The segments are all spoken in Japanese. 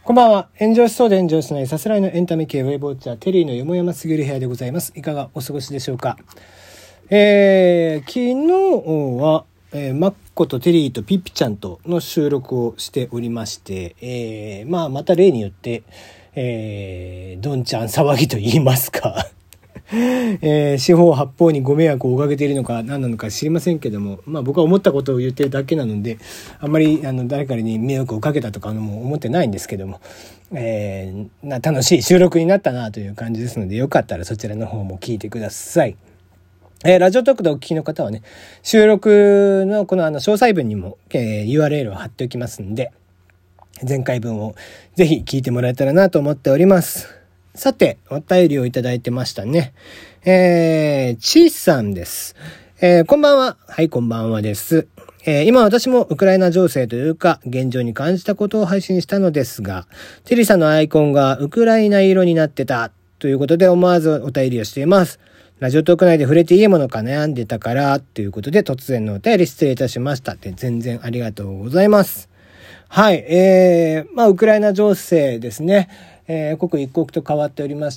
こんばんは。炎上しそうで炎上しないさすらいのエンタメ系ウェブウォッチャーテリーのよもやますぎる部屋でございます。いかがお過ごしでしょうか。昨日は、マッコとテリーとピッピちゃんとの収録をしておりまして、また例によって、どんちゃん騒ぎと言いますか四方八方にご迷惑をおかけているのか何なのか知りませんけども、僕は思ったことを言ってるだけなので、あんまり誰かに迷惑をかけたとかも思ってないんですけども、楽しい収録になったなという感じですので、よかったらそちらの方も聞いてください。ラジオトークでお聞きの方はね、収録のこの詳細文にも、URL を貼っておきますんで、前回分をぜひ聞いてもらえたらなと思っております。さて、お便りをいただいてましたね。ちーさんです。こんばんは。はい、こんばんはです。今私もウクライナ情勢というか現状に感じたことを配信したのですが、テリーさんのアイコンがウクライナ色になってたということで思わずお便りをしています。ラジオトーク内で触れていいものか悩んでたからということで突然のお便り失礼いたしました。全然ありがとうございます。はい、ウクライナ情勢ですね。刻一刻と変わっておりまして、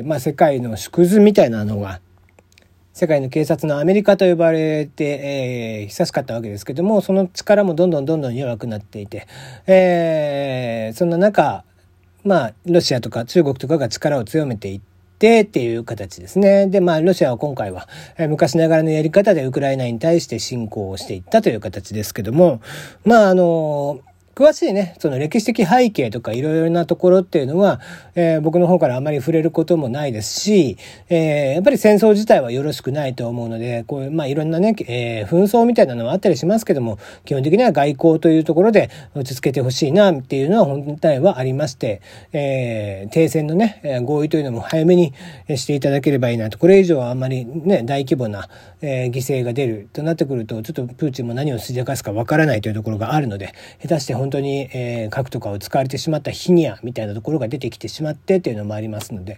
世界の縮図みたいなのが世界の警察のアメリカと呼ばれて、久しかったわけですけども、その力もどんどん弱くなっていて、そんな中、ロシアとか中国とかが力を強めていってっていう形ですね。で、ロシアは今回は、昔ながらのやり方でウクライナに対して侵攻をしていったという形ですけども、詳しいね、その歴史的背景とかいろいろなところっていうのは、僕の方からあまり触れることもないですし、やっぱり戦争自体はよろしくないと思うので、こういういろんなね、紛争みたいなのはあったりしますけども、基本的には外交というところで落ち着けてほしいなっていうのは本体はありまして、停戦のね、合意というのも早めにしていただければいいなと。これ以上はあんまりね、大規模な、犠牲が出るとなってくると、ちょっとプーチンも何をすりゃかすかわからないというところがあるので、下手して本当に、核とかを使われてしまった日にゃみたいなところが出てきてしまってっていうのもありますので、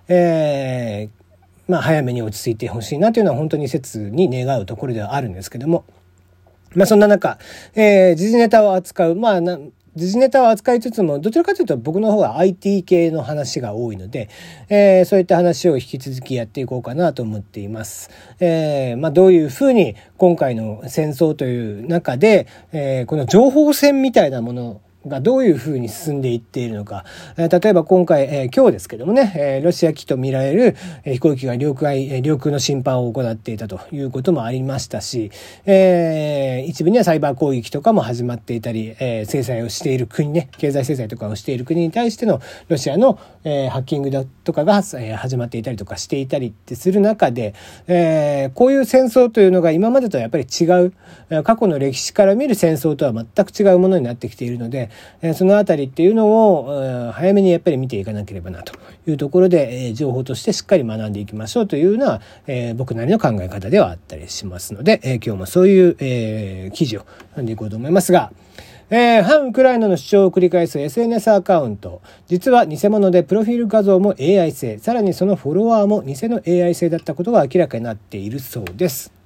早めに落ち着いてほしいなというのは本当に切に願うところではあるんですけども、そんな中、時事ネタを扱う、時事ネタを扱いつつも、どちらかというと僕の方は IT 系の話が多いので、そういった話を引き続きやっていこうかなと思っています。どういうふうに今回の戦争という中で、この情報戦みたいなものがどういうふうに進んでいっているのか。例えば今回、今日ですけどもね、ロシア機と見られる飛行機が領空の侵犯を行っていたということもありましたし、一部にはサイバー攻撃とかも始まっていたり、制裁をしている国ね、経済制裁とかをしている国に対してのロシアの、ハッキングだとかが、始まっていたりとかしていたりってする中で、こういう戦争というのが今までとはやっぱり違う、過去の歴史から見る戦争とは全く違うものになってきているので、そのあたりっていうのを早めにやっぱり見ていかなければなというところで、情報としてしっかり学んでいきましょうというのは、僕なりの考え方ではあったりしますので、今日もそういう、記事を読んでいこうと思いますが、反ウクライナの主張を繰り返す SNS アカウント、実は偽物でプロフィール画像も AI 製、さらにそのフォロワーも偽の AI 製だったことが明らかになっているそうです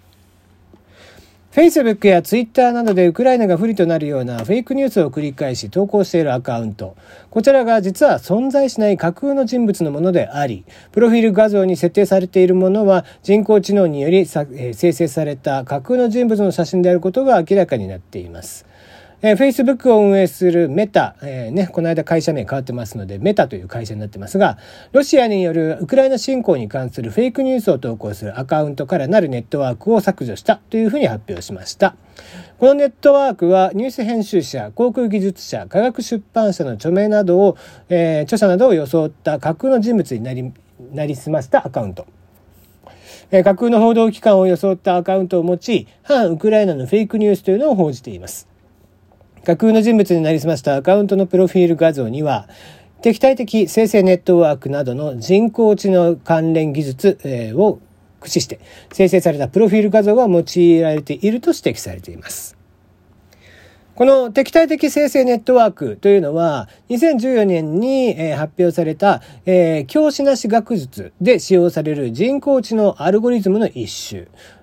。Facebook や Twitter などでウクライナが不利となるようなフェイクニュースを繰り返し投稿しているアカウント。こちらが実は存在しない架空の人物のものであり、プロフィール画像に設定されているものは人工知能により生成された架空の人物の写真であることが明らかになっています。Facebook を運営するメタ、この間会社名変わってますので、メタという会社になってますが、ロシアによるウクライナ侵攻に関するフェイクニュースを投稿するアカウントからなるネットワークを削除したというふうに発表しました。このネットワークはニュース編集者、航空技術者、科学出版社の著者などを装った架空の人物になりすましたアカウント。架空の報道機関を装ったアカウントを用い、反ウクライナのフェイクニュースというのを報じています。架空の人物になりすましたアカウントのプロフィール画像には、敵対的生成ネットワークなどの人工知能関連技術を駆使して生成されたプロフィール画像が用いられていると指摘されています。この敵対的生成ネットワークというのは2014年に発表された教師なし学術で使用される人工知能アルゴリズムの一種。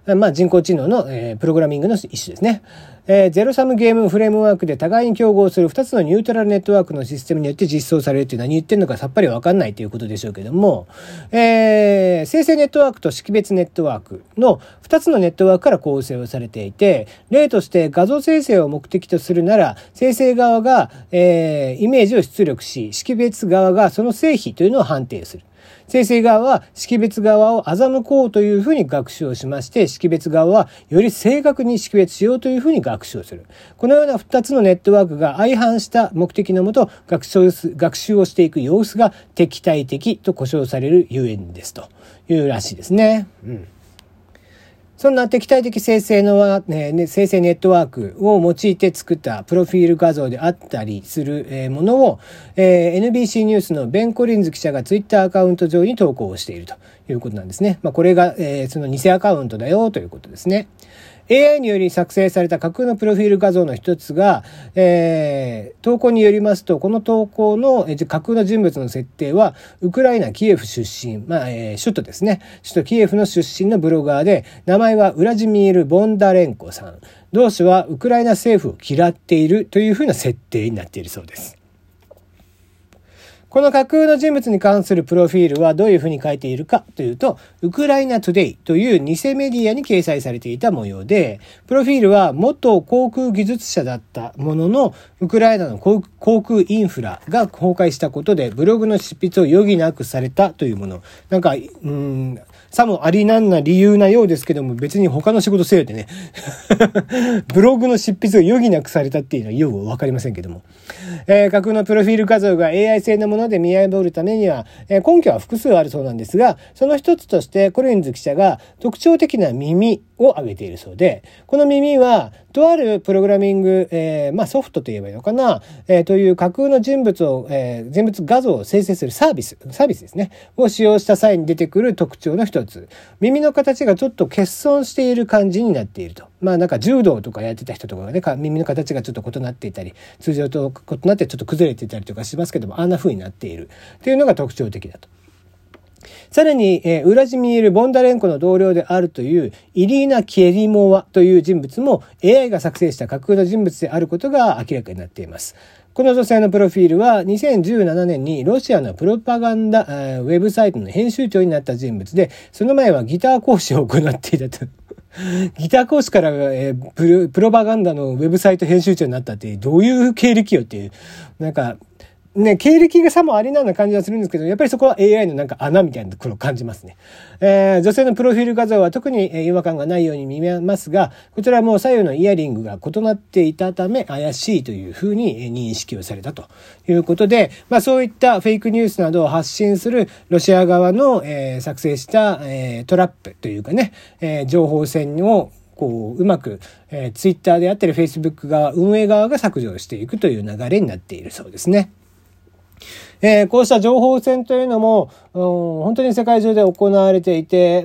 人工知能の、プログラミングの一種ですね。ゼロサムゲームフレームワークで互いに競合する2つのニュートラルネットワークのシステムによって実装されるっていう、何言ってるのかさっぱりわかんないということでしょうけども、生成ネットワークと識別ネットワークの2つのネットワークから構成をされていて、例として画像生成を目的とするなら、生成側が、イメージを出力し、識別側がその成否というのを判定する。生成側は識別側を欺こうというふうに学習をしまして、識別側はより正確に識別しようというふうに学習をする。このような2つのネットワークが相反した目的のもと学習をしていく様子が敵対的と呼称されるゆえんですというらしいですね。そんな敵対的生成ネットワークを用いて作ったプロフィール画像であったりするものを、NBC ニュースのベン・コリンズ記者がツイッターアカウント上に投稿しているということなんですね。これが、その偽アカウントだよということですね。AI により作成された架空のプロフィール画像の一つが、投稿によりますと、この投稿の架空の人物の設定は、ウクライナ・キエフ出身、首都ですね。首都キエフの出身のブロガーで、名前はウラジミール・ボンダレンコさん。同氏はウクライナ政府を嫌っているというふうな設定になっているそうです。この架空の人物に関するプロフィールはどういうふうに書いているかというと、ウクライナトゥデイという偽メディアに掲載されていた模様で、プロフィールは元航空技術者だったものの、ウクライナの航空インフラが崩壊したことで、ブログの執筆を余儀なくされたというもの。さもありなんな理由なようですけども、別に他の仕事せよってね。ブログの執筆を余儀なくされたっていうのはよくわかりませんけども。架空のプロフィール画像が AI 製のもので見破るためには、根拠は複数あるそうなんですが、その一つとしてコリンズ記者が特徴的な耳を挙げているそうで、この耳はとあるプログラミング、ソフトと言えばいいのかな、という架空の人物画像を生成するサービスですね、を使用した際に出てくる特徴の一つ。耳の形がちょっと欠損している感じになっていると。柔道とかやってた人とかがね、耳の形がちょっと異なっていたり、通常と異なってちょっと崩れていたりとかしますけども、あんな風になっているというのが特徴的だと。さらに、ウラジミール・ボンダレンコの同僚であるというイリーナ・キエリモワという人物も AI が作成した架空の人物であることが明らかになっています。この女性のプロフィールは2017年にロシアのプロパガンダウェブサイトの編集長になった人物で、その前はギター講師を行っていたと。ギター講師から、プロパガンダのウェブサイト編集長になったってどういう経歴よっていう、経歴がさもありなような感じはするんですけど、やっぱりそこは AI の穴みたいなところを感じますね。女性のプロフィール画像は特に違和感がないように見えますが、こちらも左右のイヤリングが異なっていたため怪しいというふうに認識をされたということで、そういったフェイクニュースなどを発信するロシア側の、作成した、トラップというかね、情報戦をうまく、ツイッターであったりフェイスブック側、運営側が削除していくという流れになっているそうですね。こうした情報戦というのも、本当に世界中で行われていて、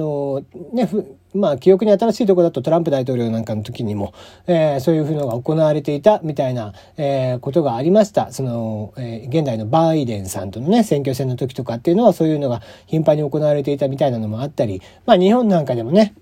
記憶に新しいところだとトランプ大統領なんかの時にも、そういうのが行われていたみたいな、ことがありました。現代のバイデンさんとのね、選挙戦の時とかっていうのはそういうのが頻繁に行われていたみたいなのもあったり、日本なんかでもね、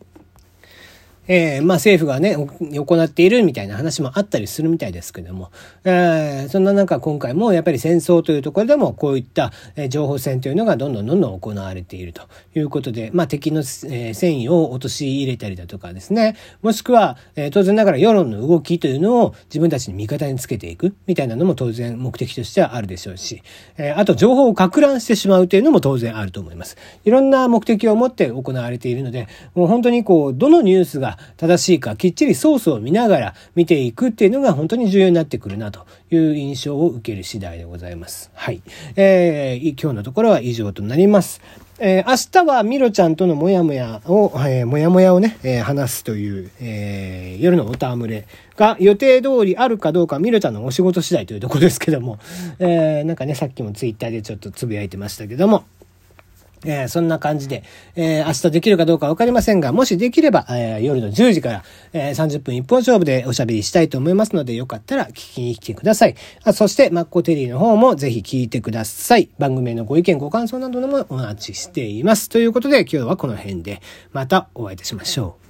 政府がね、行っているみたいな話もあったりするみたいですけども、そんな中今回もやっぱり戦争というところでもこういった、情報戦というのがどんどん行われているということで、敵の、戦意を陥れたりだとかですね、もしくは、当然ながら世論の動きというのを自分たちに味方につけていくみたいなのも当然目的としてはあるでしょうし、あと情報を撹乱してしまうというのも当然あると思います。いろんな目的を持って行われているので、もう本当にどのニュースが正しいかきっちりソースを見ながら見ていくっていうのが本当に重要になってくるなという印象を受ける次第でございます。はい。今日のところは以上となります。明日はミロちゃんとのモヤモヤをね、話すという、夜のおたむれが予定通りあるかどうかミロちゃんのお仕事次第というところですけども、さっきもツイッターでちょっとつぶやいてましたけども、 そんな感じで、明日できるかどうかわかりませんが、もしできれば、夜の10時から、30分一本勝負でおしゃべりしたいと思いますので、よかったら聞きに来てください。そして、マッコテリーの方もぜひ聞いてください。番組へのご意見、ご感想などのもお待ちしています。ということで、今日はこの辺で、またお会いいたしましょう。